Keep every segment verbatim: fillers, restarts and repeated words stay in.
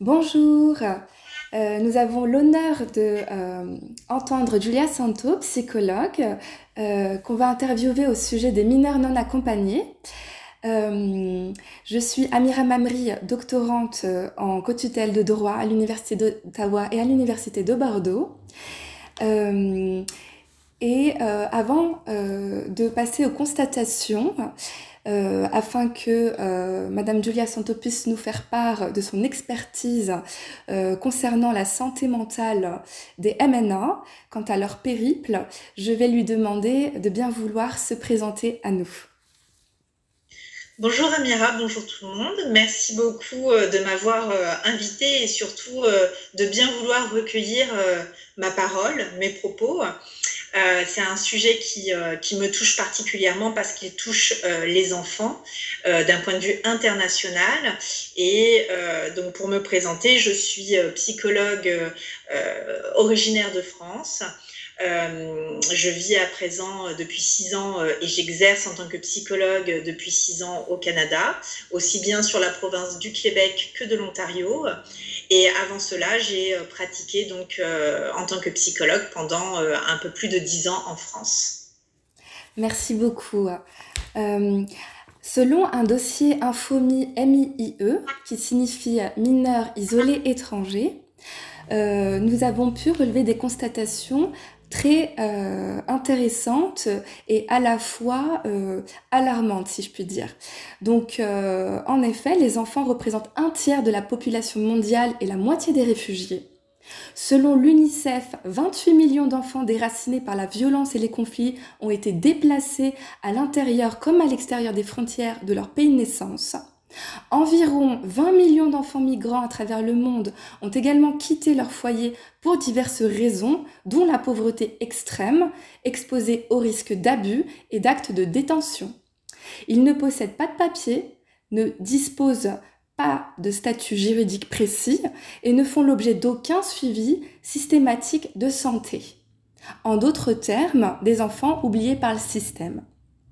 Bonjour, Euh, nous avons l'honneur de euh, entendre Julia Santo, psychologue, euh, qu'on va interviewer au sujet des mineurs non accompagnés. Euh, je suis Amira Mamri, doctorante euh, en co-tutelle de droit à l'Université d'Ottawa et à l'Université de Bordeaux. Euh, et euh, avant euh, de passer aux constatations, euh, afin que euh, Madame Julia Santo puisse nous faire part de son expertise euh, concernant la santé mentale des M N A, quant à leur périple, je vais lui demander de bien vouloir se présenter à nous. Bonjour Amira, bonjour tout le monde. Merci beaucoup euh, de m'avoir euh, invitée et surtout euh, de bien vouloir recueillir euh, ma parole, mes propos. Euh, c'est un sujet qui, euh, qui me touche particulièrement parce qu'il touche euh, les enfants euh, d'un point de vue international. Et euh, donc pour me présenter, je suis euh, psychologue euh, originaire de France. Euh, je vis à présent euh, depuis six ans euh, et j'exerce en tant que psychologue depuis six ans au Canada, aussi bien sur la province du Québec que de l'Ontario. Et avant cela, j'ai euh, pratiqué donc euh, en tant que psychologue pendant euh, un peu plus de dix ans en France. Merci beaucoup. Euh, Selon un dossier Infomie M I I E, qui signifie mineur isolé étranger, euh, nous avons pu relever des constatations très euh, intéressantes et à la fois euh, alarmantes, si je puis dire. Donc, euh, en effet, les enfants représentent un tiers de la population mondiale et la moitié des réfugiés. Selon l'UNICEF, vingt-huit millions d'enfants déracinés par la violence et les conflits ont été déplacés à l'intérieur comme à l'extérieur des frontières de leur pays de naissance. Environ vingt millions d'enfants migrants à travers le monde ont également quitté leur foyer pour diverses raisons, dont la pauvreté extrême, exposés au risque d'abus et d'actes de détention. Ils ne possèdent pas de papier, ne disposent pas de statut juridique précis et ne font l'objet d'aucun suivi systématique de santé. En d'autres termes, des enfants oubliés par le système.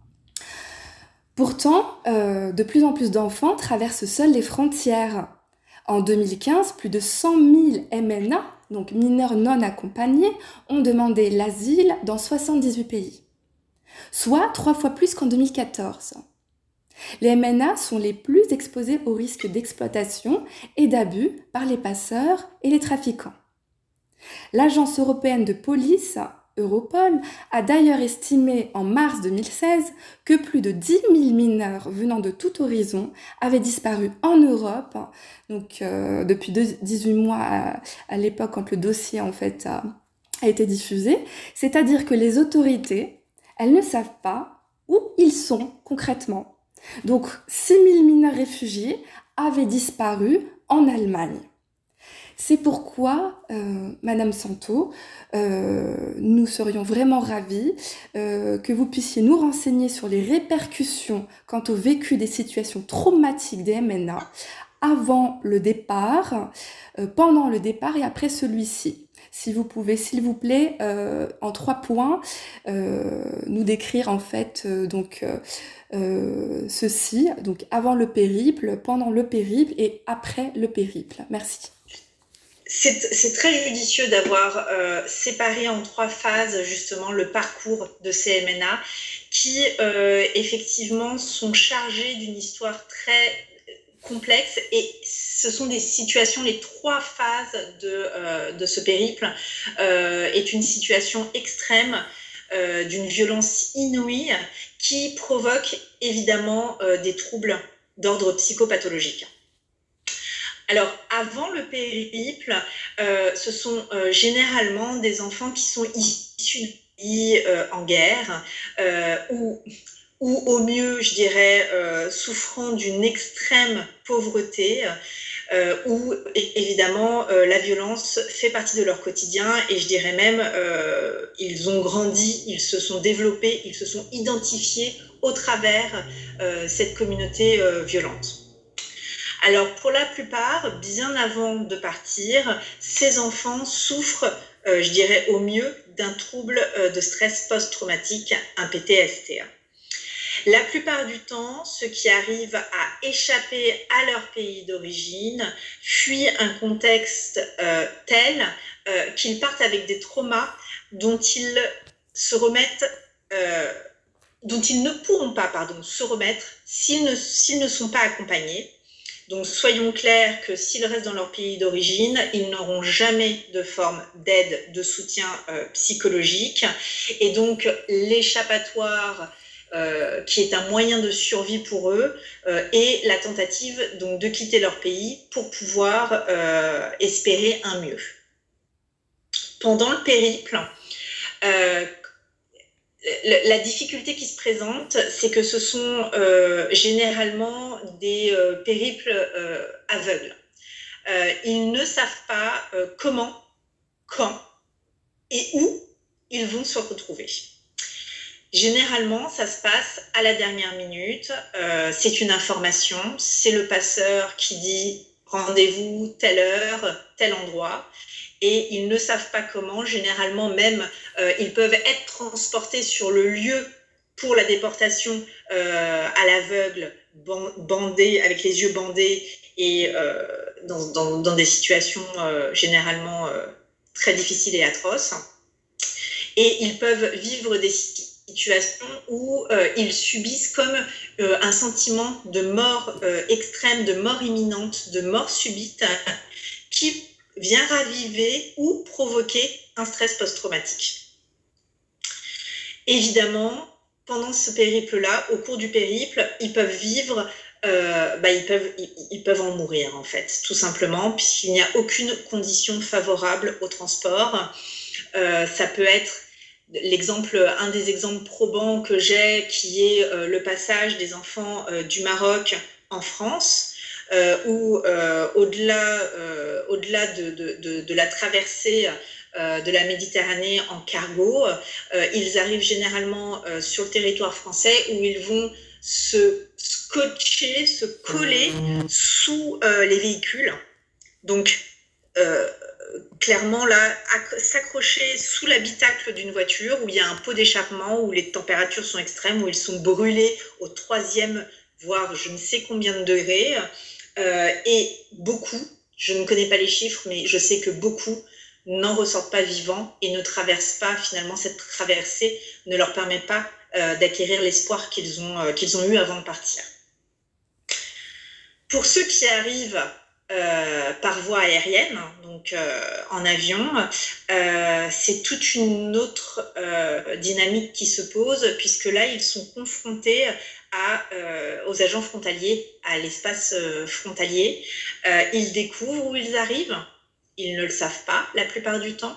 Pourtant, euh, de plus en plus d'enfants traversent seuls les frontières. En deux mille quinze, plus de cent mille M N A, donc mineurs non accompagnés, ont demandé l'asile dans soixante-dix-huit pays, soit trois fois plus qu'en deux mille quatorze. Les M N A sont les plus exposés au risque d'exploitation et d'abus par les passeurs et les trafiquants. L'Agence européenne de police, Europol, a d'ailleurs estimé en mars deux mille seize que plus de dix mille mineurs venant de tout horizon avaient disparu en Europe, donc euh, depuis dix-huit mois à, à l'époque quand le dossier en fait a, a été diffusé. C'est-à-dire que les autorités, elles ne savent pas où ils sont concrètement. Donc six mille mineurs réfugiés avaient disparu en Allemagne. C'est pourquoi, euh, Madame Santo, euh, nous serions vraiment ravis euh, que vous puissiez nous renseigner sur les répercussions quant au vécu des situations traumatiques des M N A avant le départ, euh, pendant le départ et après celui-ci. Si vous pouvez, s'il vous plaît, euh, en trois points, euh, nous décrire en fait euh, donc euh, euh, ceci, donc avant le périple, pendant le périple et après le périple. Merci. C'est, c'est très judicieux d'avoir euh, séparé en trois phases justement le parcours de ces M N A qui euh, effectivement sont chargés d'une histoire très complexe et ce sont des situations, les trois phases de, euh, de ce périple euh, est une situation extrême euh, d'une violence inouïe qui provoque évidemment euh, des troubles d'ordre psychopathologique. Alors, avant le périple, euh, ce sont euh, généralement des enfants qui sont issus de pays euh, en guerre euh, ou, ou au mieux, je dirais, euh, souffrant d'une extrême pauvreté euh, où évidemment euh, la violence fait partie de leur quotidien et je dirais même euh, ils ont grandi, ils se sont développés, ils se sont identifiés au travers euh, cette communauté euh, violente. Alors pour la plupart, bien avant de partir, ces enfants souffrent, euh, je dirais au mieux, d'un trouble euh, de stress post-traumatique, un P T S D. La plupart du temps, ceux qui arrivent à échapper à leur pays d'origine fuient un contexte euh, tel euh, qu'ils partent avec des traumas dont ils se remettent, euh, dont ils ne pourront pas, pardon, se remettre s'ils ne, s'ils ne sont pas accompagnés. Donc soyons clairs que s'ils restent dans leur pays d'origine, ils n'auront jamais de forme d'aide, de soutien euh, psychologique. Et donc l'échappatoire, euh, qui est un moyen de survie pour eux, euh, est la tentative donc, de quitter leur pays pour pouvoir euh, espérer un mieux. Pendant le périple, euh, la difficulté qui se présente, c'est que ce sont euh, généralement des euh, périples euh, aveugles. Euh, ils ne savent pas euh, comment, quand et où ils vont se retrouver. Généralement, ça se passe à la dernière minute. Euh, c'est une information, c'est le passeur qui dit rendez-vous telle heure, tel endroit. Et ils ne savent pas comment. Généralement même, euh, ils peuvent être transportés sur le lieu pour la déportation euh, à l'aveugle, bandés, avec les yeux bandés et euh, dans, dans, dans des situations euh, généralement euh, très difficiles et atroces. Et ils peuvent vivre des situations où euh, ils subissent comme euh, un sentiment de mort euh, extrême, de mort imminente, de mort subite, qui vient raviver ou provoquer un stress post-traumatique. Évidemment, pendant ce périple-là, au cours du périple, ils peuvent vivre, euh, bah, ils, peuvent, ils, ils peuvent en mourir en fait, tout simplement, puisqu'il n'y a aucune condition favorable au transport. Euh, ça peut être l'exemple, un des exemples probants que j'ai, qui est euh, le passage des enfants euh, du Maroc en France. Euh, où euh, au-delà, euh, au-delà de, de, de, de la traversée euh, de la Méditerranée en cargo, euh, ils arrivent généralement euh, sur le territoire français où ils vont se scotcher, se coller sous euh, les véhicules. Donc, euh, clairement, là, s'accrocher sous l'habitacle d'une voiture où il y a un pot d'échappement, où les températures sont extrêmes, où ils sont brûlés au troisième, voire je ne sais combien de degrés. Euh, et beaucoup, je ne connais pas les chiffres, mais je sais que beaucoup n'en ressortent pas vivants et ne traversent pas, finalement, cette traversée ne leur permet pas euh, d'acquérir l'espoir qu'ils ont, euh, qu'ils ont eu avant de partir. Pour ceux qui arrivent euh, par voie aérienne, donc euh, en avion, euh, c'est toute une autre euh, dynamique qui se pose, puisque là, ils sont confrontés à, euh, aux agents frontaliers, à l'espace euh, frontalier. Euh, ils découvrent où ils arrivent, ils ne le savent pas la plupart du temps.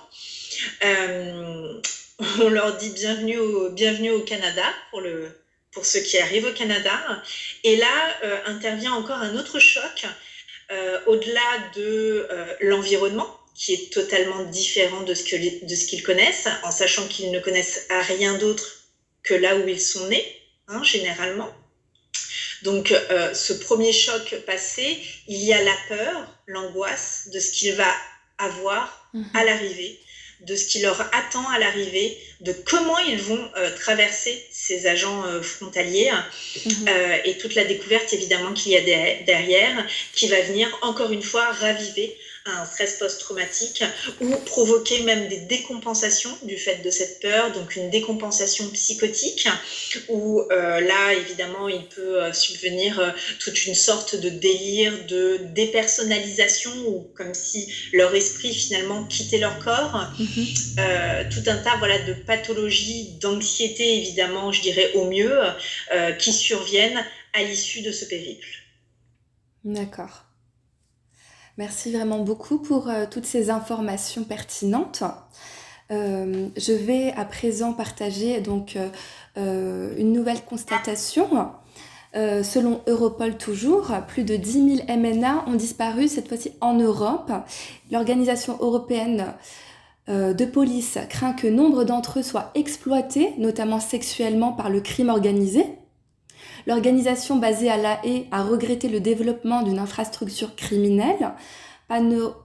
Euh, on leur dit bienvenue au, bienvenue au Canada pour, le, pour ceux qui arrivent au Canada. Et là, euh, intervient encore un autre choc, euh, au-delà de euh, l'environnement, qui est totalement différent de ce, que les, de ce qu'ils connaissent, en sachant qu'ils ne connaissent rien d'autre que là où ils sont nés. Hein, généralement. Donc, euh, ce premier choc passé, il y a la peur, l'angoisse de ce qu'il va avoir mmh. à l'arrivée, de ce qui leur attend à l'arrivée, de comment ils vont euh, traverser ces agents euh, frontaliers mmh. euh, et toute la découverte évidemment qu'il y a de- derrière, qui va venir encore une fois raviver un stress post-traumatique ou provoquer même des décompensations du fait de cette peur, donc une décompensation psychotique où euh, là évidemment il peut euh, subvenir euh, toute une sorte de délire de dépersonnalisation ou comme si leur esprit finalement quittait leur corps, mm-hmm. euh, tout un tas voilà, de pathologies, d'anxiété évidemment je dirais au mieux, euh, qui surviennent à l'issue de ce périple. D'accord. Merci vraiment beaucoup pour euh, toutes ces informations pertinentes. Euh, je vais à présent partager donc euh, une nouvelle constatation. Euh, selon Europol toujours, plus de dix mille M N A ont disparu, cette fois-ci en Europe. L'organisation européenne euh, de police craint que nombre d'entre eux soient exploités, notamment sexuellement par le crime organisé. L'organisation basée à La Haye a regretté le développement d'une infrastructure criminelle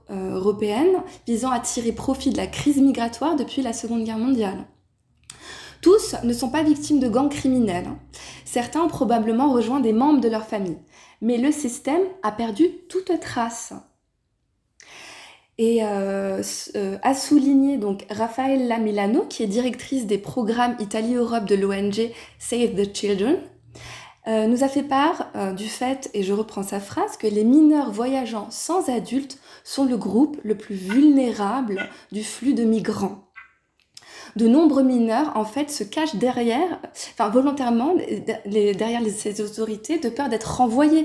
pan-européenne visant à tirer profit de la crise migratoire depuis la Seconde Guerre mondiale. Tous ne sont pas victimes de gangs criminels. Hein. Certains ont probablement rejoint des membres de leur famille. Mais le système a perdu toute trace. Et euh, euh, a souligné donc Raffaella Milano, qui est directrice des programmes Italie-Europe de l'O N G Save the Children, euh, nous a fait part euh, du fait, et je reprends sa phrase, que les mineurs voyageant sans adultes sont le groupe le plus vulnérable du flux de migrants. De nombreux mineurs, en fait, se cachent derrière, enfin volontairement, les, derrière les, ces autorités de peur d'être renvoyés.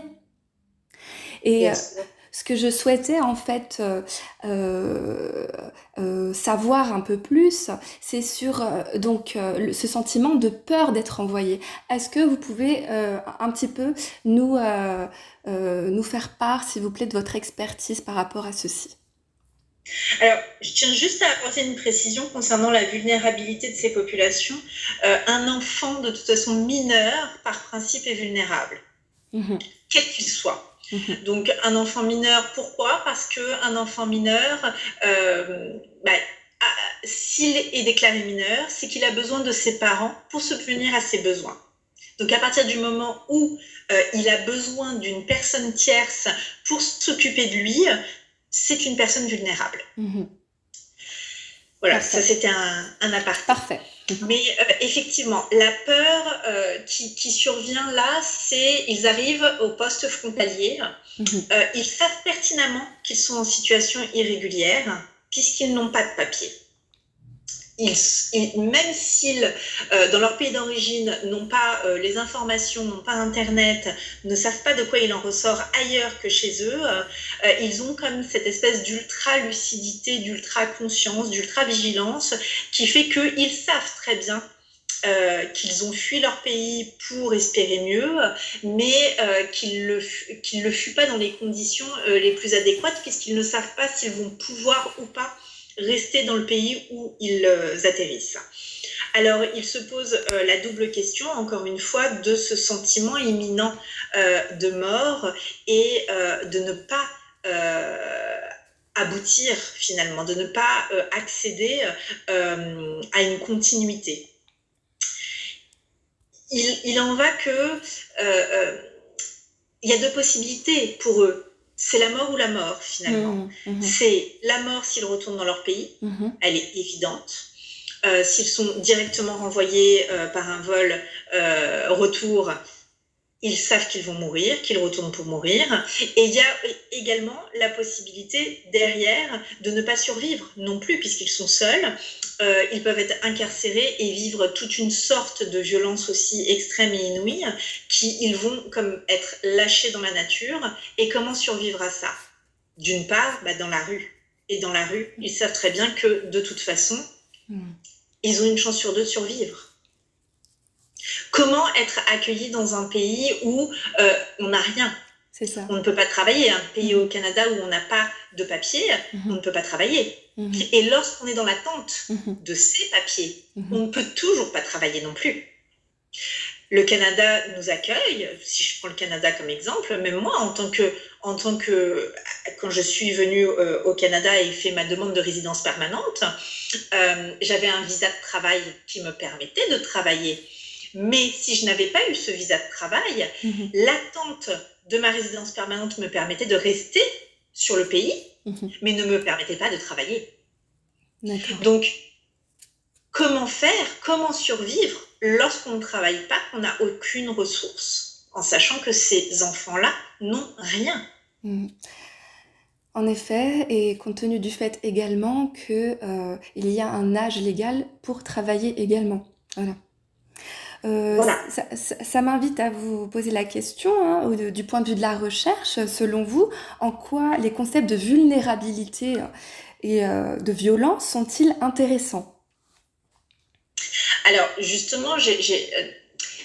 Et yes. euh, ce que je souhaitais, en fait, euh, euh, euh, savoir un peu plus, c'est sur euh, donc, euh, ce sentiment de peur d'être renvoyé. Est-ce que vous pouvez euh, un petit peu nous, euh, euh, nous faire part, s'il vous plaît, de votre expertise par rapport à ceci ? Alors, je tiens juste à apporter une précision concernant la vulnérabilité de ces populations. Euh, un enfant, de toute façon mineur, par principe, est vulnérable, mmh. quel qu'il soit. Mmh. Donc, un enfant mineur, pourquoi ? Parce qu'un enfant mineur, euh, bah, s'il est déclaré mineur, c'est qu'il a besoin de ses parents pour subvenir à ses besoins. Donc, à partir du moment où euh, il a besoin d'une personne tierce pour s'occuper de lui, c'est une personne vulnérable. Mmh. Voilà, parfait. Ça c'était un, un aparté. Parfait. Mmh. Mais euh, effectivement, la peur euh, qui, qui survient là, c'est ils arrivent au poste frontalier, mmh. euh, ils savent pertinemment qu'ils sont en situation irrégulière puisqu'ils n'ont pas de papier. Ils, ils, même s'ils, euh, dans leur pays d'origine, n'ont pas euh, les informations, n'ont pas Internet, ne savent pas de quoi il en ressort ailleurs que chez eux, euh, ils ont comme cette espèce d'ultra-lucidité, d'ultra-conscience, d'ultra-vigilance qui fait qu'ils savent très bien euh, qu'ils ont fui leur pays pour espérer mieux, mais euh, qu'ils ne le, qu'ils le fuient pas dans les conditions euh, les plus adéquates puisqu'ils ne savent pas s'ils vont pouvoir ou pas rester dans le pays où ils euh, atterrissent. Alors, il se pose euh, la double question, encore une fois, de ce sentiment imminent euh, de mort et euh, de ne pas euh, aboutir, finalement, de ne pas euh, accéder euh, à une continuité. Il, il en va que euh, euh, il y a deux possibilités pour eux. C'est la mort ou la mort, finalement. Mmh, mmh. C'est la mort s'ils retournent dans leur pays, mmh. elle est évidente. Euh, s'ils sont directement renvoyés euh, par un vol euh, retour, ils savent qu'ils vont mourir, qu'ils retournent pour mourir. Et il y a également la possibilité derrière de ne pas survivre non plus, puisqu'ils sont seuls. Euh, ils peuvent être incarcérés et vivre toute une sorte de violence aussi extrême et inouïe, qui ils vont comme être lâchés dans la nature. Et comment survivre à ça ? D'une part, bah, dans la rue. Et dans la rue, ils savent très bien que de toute façon, mmh. ils ont une chance sur deux de survivre. Comment être accueilli dans un pays où euh, on n'a rien ? C'est ça. On ne peut pas travailler. Un pays mmh. au Canada où on n'a pas de papier, mmh. on ne peut pas travailler. Mmh. Et lorsqu'on est dans l'attente mmh. de ces papiers, mmh. on ne peut toujours pas travailler non plus. Le Canada nous accueille, si je prends le Canada comme exemple, même moi, en tant que, en tant que quand je suis venue euh, au Canada et fait ma demande de résidence permanente, euh, j'avais un visa de travail qui me permettait de travailler. Mais si je n'avais pas eu ce visa de travail, mmh. l'attente de ma résidence permanente me permettait de rester sur le pays, mmh. mais ne me permettait pas de travailler. D'accord. Donc, comment faire, comment survivre lorsqu'on ne travaille pas, qu'on n'a aucune ressource, en sachant que ces enfants-là n'ont rien. Mmh. En effet, et compte tenu du fait également qu'il euh, y a un âge légal pour travailler également. Voilà. Euh, voilà. Ça, ça, ça m'invite à vous poser la question, hein, du point de vue de la recherche, selon vous, en quoi les concepts de vulnérabilité et euh, de violence sont-ils intéressants ? Alors, justement, j'ai, j'ai,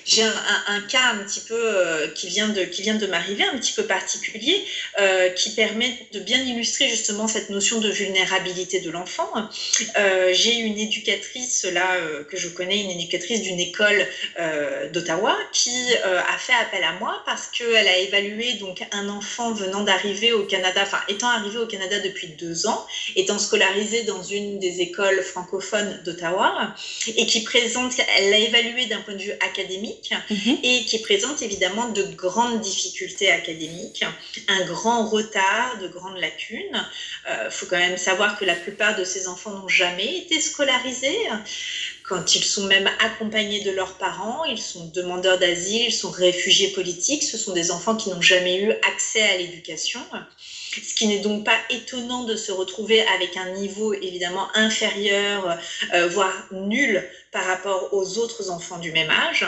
j'ai un, un, un cas un petit peu euh, qui vient de, qui vient de m'arriver, un petit peu particulier, euh, qui permet de bien illustrer justement cette notion de vulnérabilité de l'enfant. Euh, j'ai une éducatrice là euh, que je connais, une éducatrice d'une école euh, d'Ottawa qui euh, a fait appel à moi parce qu'elle a évalué donc un enfant venant d'arriver au Canada, enfin étant arrivé au Canada depuis deux ans, étant scolarisé dans une des écoles francophones d'Ottawa, et qui présente, elle l'a évalué d'un point de vue académique, mmh. et qui présente évidemment de grandes difficultés académiques, un grand retard, de grandes lacunes. Il euh, faut quand même savoir que la plupart de ces enfants n'ont jamais été scolarisés. Quand ils sont même accompagnés de leurs parents, ils sont demandeurs d'asile, ils sont réfugiés politiques, ce sont des enfants qui n'ont jamais eu accès à l'éducation. Ce qui n'est donc pas étonnant de se retrouver avec un niveau évidemment inférieur, euh, voire nul par rapport aux autres enfants du même âge.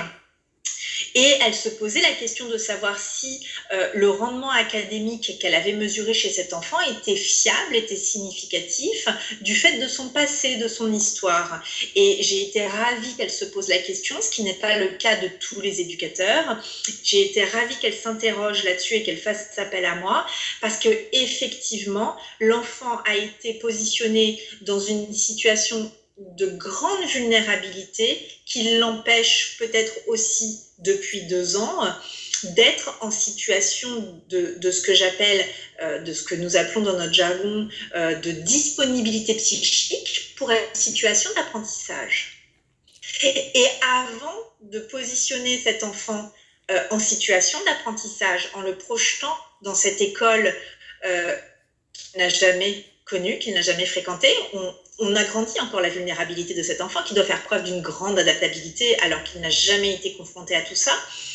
Et elle se posait la question de savoir si euh, le rendement académique qu'elle avait mesuré chez cet enfant était fiable, était significatif du fait de son passé, de son histoire. Et j'ai été ravie qu'elle se pose la question, ce qui n'est pas le cas de tous les éducateurs. J'ai été ravie qu'elle s'interroge là-dessus et qu'elle fasse appel à moi, parce que effectivement, l'enfant a été positionné dans une situation de grande vulnérabilité qui l'empêche peut-être aussi depuis deux ans d'être en situation de, de ce que j'appelle, euh, de ce que nous appelons dans notre jargon, euh, de disponibilité psychique pour être en situation d'apprentissage. Et, et avant de positionner cet enfant euh, en situation d'apprentissage, en le projetant dans cette école euh, qu'il n'a jamais connue, qu'il n'a jamais fréquentée, on on agrandit encore la vulnérabilité de cet enfant qui doit faire preuve d'une grande adaptabilité alors qu'il n'a jamais été confronté à tout ça,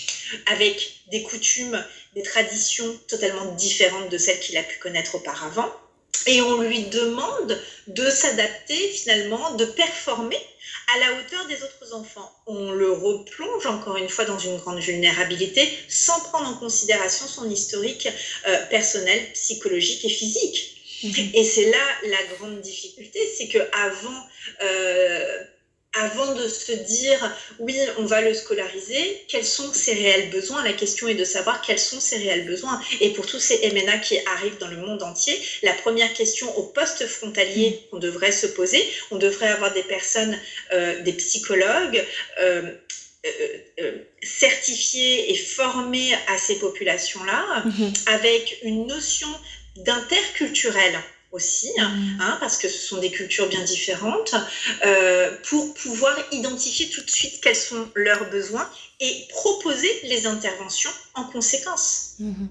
avec des coutumes, des traditions totalement différentes de celles qu'il a pu connaître auparavant. Et on lui demande de s'adapter finalement, de performer à la hauteur des autres enfants. On le replonge encore une fois dans une grande vulnérabilité sans prendre en considération son historique euh, personnel, psychologique et physique. Et c'est là la grande difficulté, c'est qu'avant euh, avant de se dire « oui, on va le scolariser », quels sont ses réels besoins? La question est de savoir quels sont ses réels besoins. Et pour tous ces M N A qui arrivent dans le monde entier, la première question au poste frontalier qu'on devrait se poser, on devrait avoir des personnes, euh, des psychologues, euh, Euh, euh, certifiés et formés à ces populations-là, mmh. avec une notion d'interculturel aussi, mmh. hein, parce que ce sont des cultures bien différentes, euh, pour pouvoir identifier tout de suite quels sont leurs besoins et proposer les interventions en conséquence. Mmh.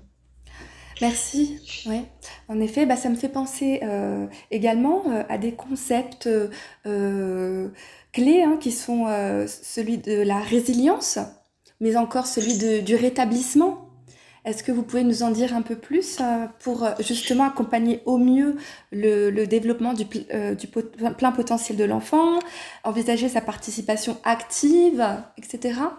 Merci. Ouais. En effet, bah, ça me fait penser euh, également euh, à des concepts euh, clés hein, qui sont euh, celui de la résilience, mais encore celui de, du rétablissement. Est-ce que vous pouvez nous en dire un peu plus euh, pour justement accompagner au mieux le, le développement du, euh, du pot- plein potentiel de l'enfant, envisager sa participation active, et cetera.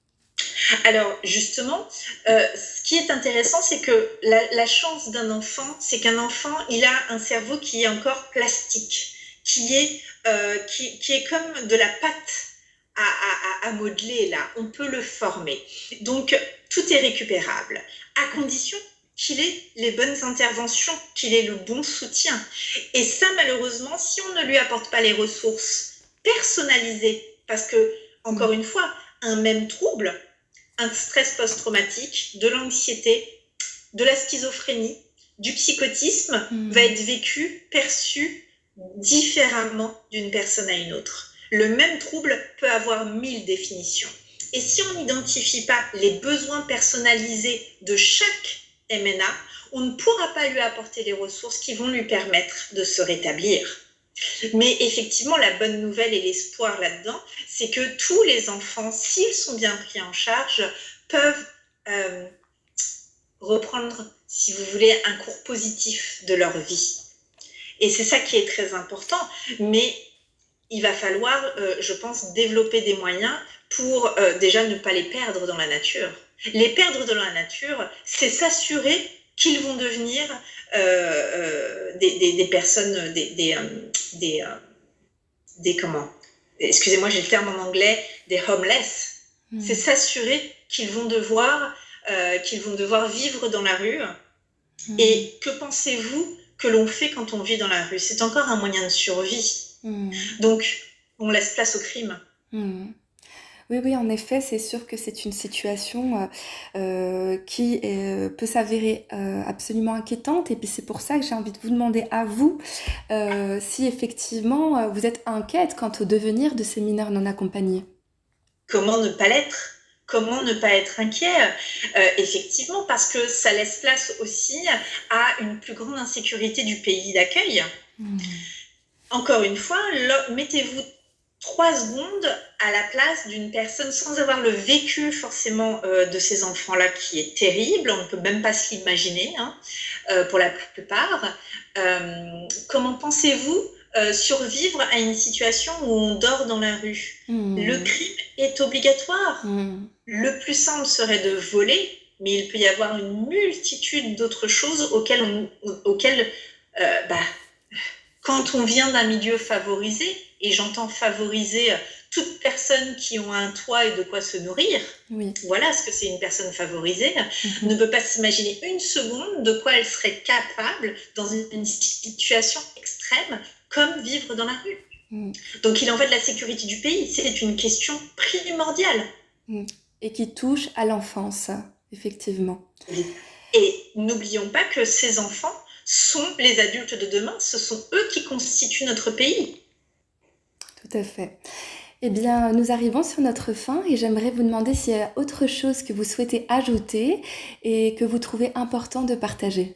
Alors justement, euh, ce qui est intéressant, c'est que la, la chance d'un enfant, c'est qu'un enfant, il a un cerveau qui est encore plastique, qui est, euh, qui, qui est comme de la pâte à, à, à modeler là. On peut le former. Donc tout est récupérable, à condition qu'il ait les bonnes interventions, qu'il ait le bon soutien. Et ça, malheureusement, si on ne lui apporte pas les ressources personnalisées, parce que, encore une fois, un même trouble, un stress post-traumatique, de l'anxiété, de la schizophrénie, du psychotisme mmh. va être vécu, perçu différemment d'une personne à une autre. Le même trouble peut avoir mille définitions. Et si on n'identifie pas les besoins personnalisés de chaque M N A, on ne pourra pas lui apporter les ressources qui vont lui permettre de se rétablir. Mais effectivement, la bonne nouvelle et l'espoir là-dedans, c'est que tous les enfants, s'ils sont bien pris en charge, peuvent euh, reprendre, si vous voulez, un cours positif de leur vie. Et c'est ça qui est très important. Mais il va falloir, euh, je pense, développer des moyens pour euh, déjà ne pas les perdre dans la nature. Les perdre dans la nature, c'est s'assurer qu'ils vont devenir euh, euh, des, des, des personnes, des, des, euh, des, euh, des comment, excusez-moi, j'ai le terme en anglais, des homeless. Mmh. C'est s'assurer qu'ils vont devoir, euh, qu'ils vont devoir vivre dans la rue. Mmh. Et que pensez-vous que l'on fait quand on vit dans la rue? C'est encore un moyen de survie. Mmh. Donc, on laisse place au crime. Mmh. Oui, oui, en effet, c'est sûr que c'est une situation euh, euh, qui euh, peut s'avérer euh, absolument inquiétante. Et puis c'est pour ça que j'ai envie de vous demander à vous euh, si effectivement euh, vous êtes inquiète quant au devenir de ces mineurs non accompagnés. Comment ne pas l'être? Comment ne pas être inquiet? euh, Effectivement, parce que ça laisse place aussi à une plus grande insécurité du pays d'accueil. Mmh. Encore une fois, mettez-vous trois secondes à la place d'une personne sans avoir le vécu forcément euh, de ces enfants-là qui est terrible, on ne peut même pas se l'imaginer hein, euh, pour la plupart. Euh, comment pensez-vous euh, survivre à une situation où on dort dans la rue? Mmh. Le crime est obligatoire. Mmh. Le plus simple serait de voler, mais il peut y avoir une multitude d'autres choses auxquelles, on, auxquelles euh, bah, quand on vient d'un milieu favorisé, et j'entends favoriser toutes personnes qui ont un toit et de quoi se nourrir, oui. Voilà ce que c'est une personne favorisée, mmh. ne peut pas s'imaginer une seconde de quoi elle serait capable dans une situation extrême comme vivre dans la rue. Mmh. Donc il en va de la sécurité du pays, c'est une question primordiale. Mmh. Et qui touche à l'enfance, effectivement. Et, et n'oublions pas que ces enfants sont les adultes de demain, ce sont eux qui constituent notre pays. Tout à fait. Eh bien, nous arrivons sur notre fin et j'aimerais vous demander s'il y a autre chose que vous souhaitez ajouter et que vous trouvez important de partager.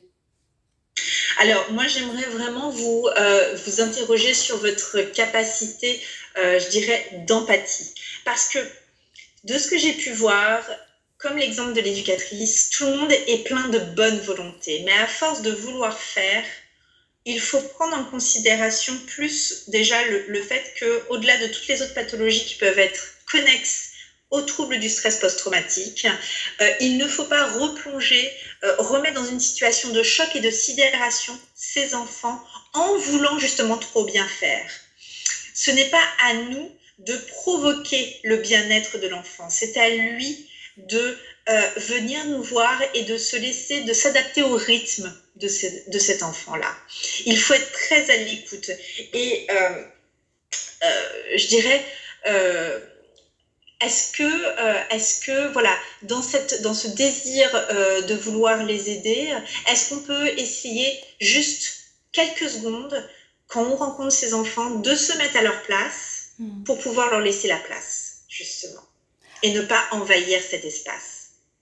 Alors, moi, j'aimerais vraiment vous, euh, vous interroger sur votre capacité, euh, je dirais, d'empathie. Parce que, de ce que j'ai pu voir, comme l'exemple de l'éducatrice, tout le monde est plein de bonne volonté. Mais à force de vouloir faire, il faut prendre en considération plus déjà le, le fait qu'au-delà de toutes les autres pathologies qui peuvent être connexes aux troubles du stress post-traumatique, euh, il ne faut pas replonger, euh, remettre dans une situation de choc et de sidération ces enfants en voulant justement trop bien faire. Ce n'est pas à nous de provoquer le bien-être de l'enfant, c'est à lui de euh, venir nous voir et de se laisser, de s'adapter au rythme de, ces, de cet enfant-là. Il faut être très à l'écoute. Et euh, euh, je dirais, euh, est-ce que, euh, est-ce que, voilà, dans, cette, dans ce désir euh, de vouloir les aider, est-ce qu'on peut essayer juste quelques secondes, quand on rencontre ces enfants, de se mettre à leur place mmh. pour pouvoir leur laisser la place, justement, et ne pas envahir cet espace.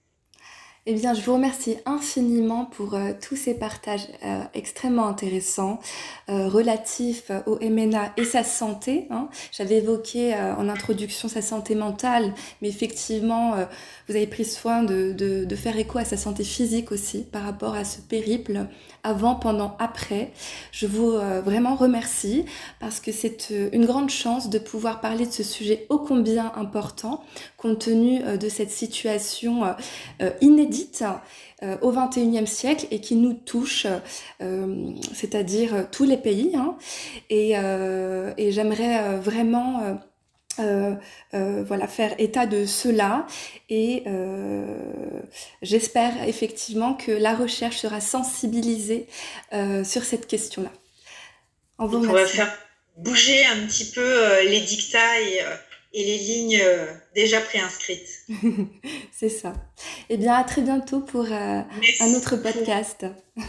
Eh bien, je vous remercie infiniment pour euh, tous ces partages euh, extrêmement intéressants euh, relatifs au M N A et sa santé. Hein. J'avais évoqué euh, en introduction sa santé mentale, mais effectivement, euh, vous avez pris soin de, de, de faire écho à sa santé physique aussi par rapport à ce périple avant, pendant, après. Je vous euh, vraiment remercie parce que c'est euh, une grande chance de pouvoir parler de ce sujet ô combien important compte tenu euh, de cette situation euh, euh, inédite euh, au vingt et unième siècle et qui nous touche, euh, c'est-à-dire euh, tous les pays. Hein, et, euh, et j'aimerais euh, vraiment euh, euh, euh, voilà, faire état de cela et euh, j'espère effectivement que la recherche sera sensibilisée euh, sur cette question-là. On va faire bouger un petit peu euh, les dictats et... Euh... et les lignes euh, déjà préinscrites. C'est ça. Eh bien, à très bientôt pour euh, un autre podcast.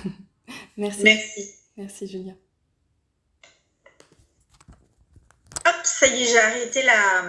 Merci. Merci. Merci, Julia. Hop, ça y est, j'ai arrêté la...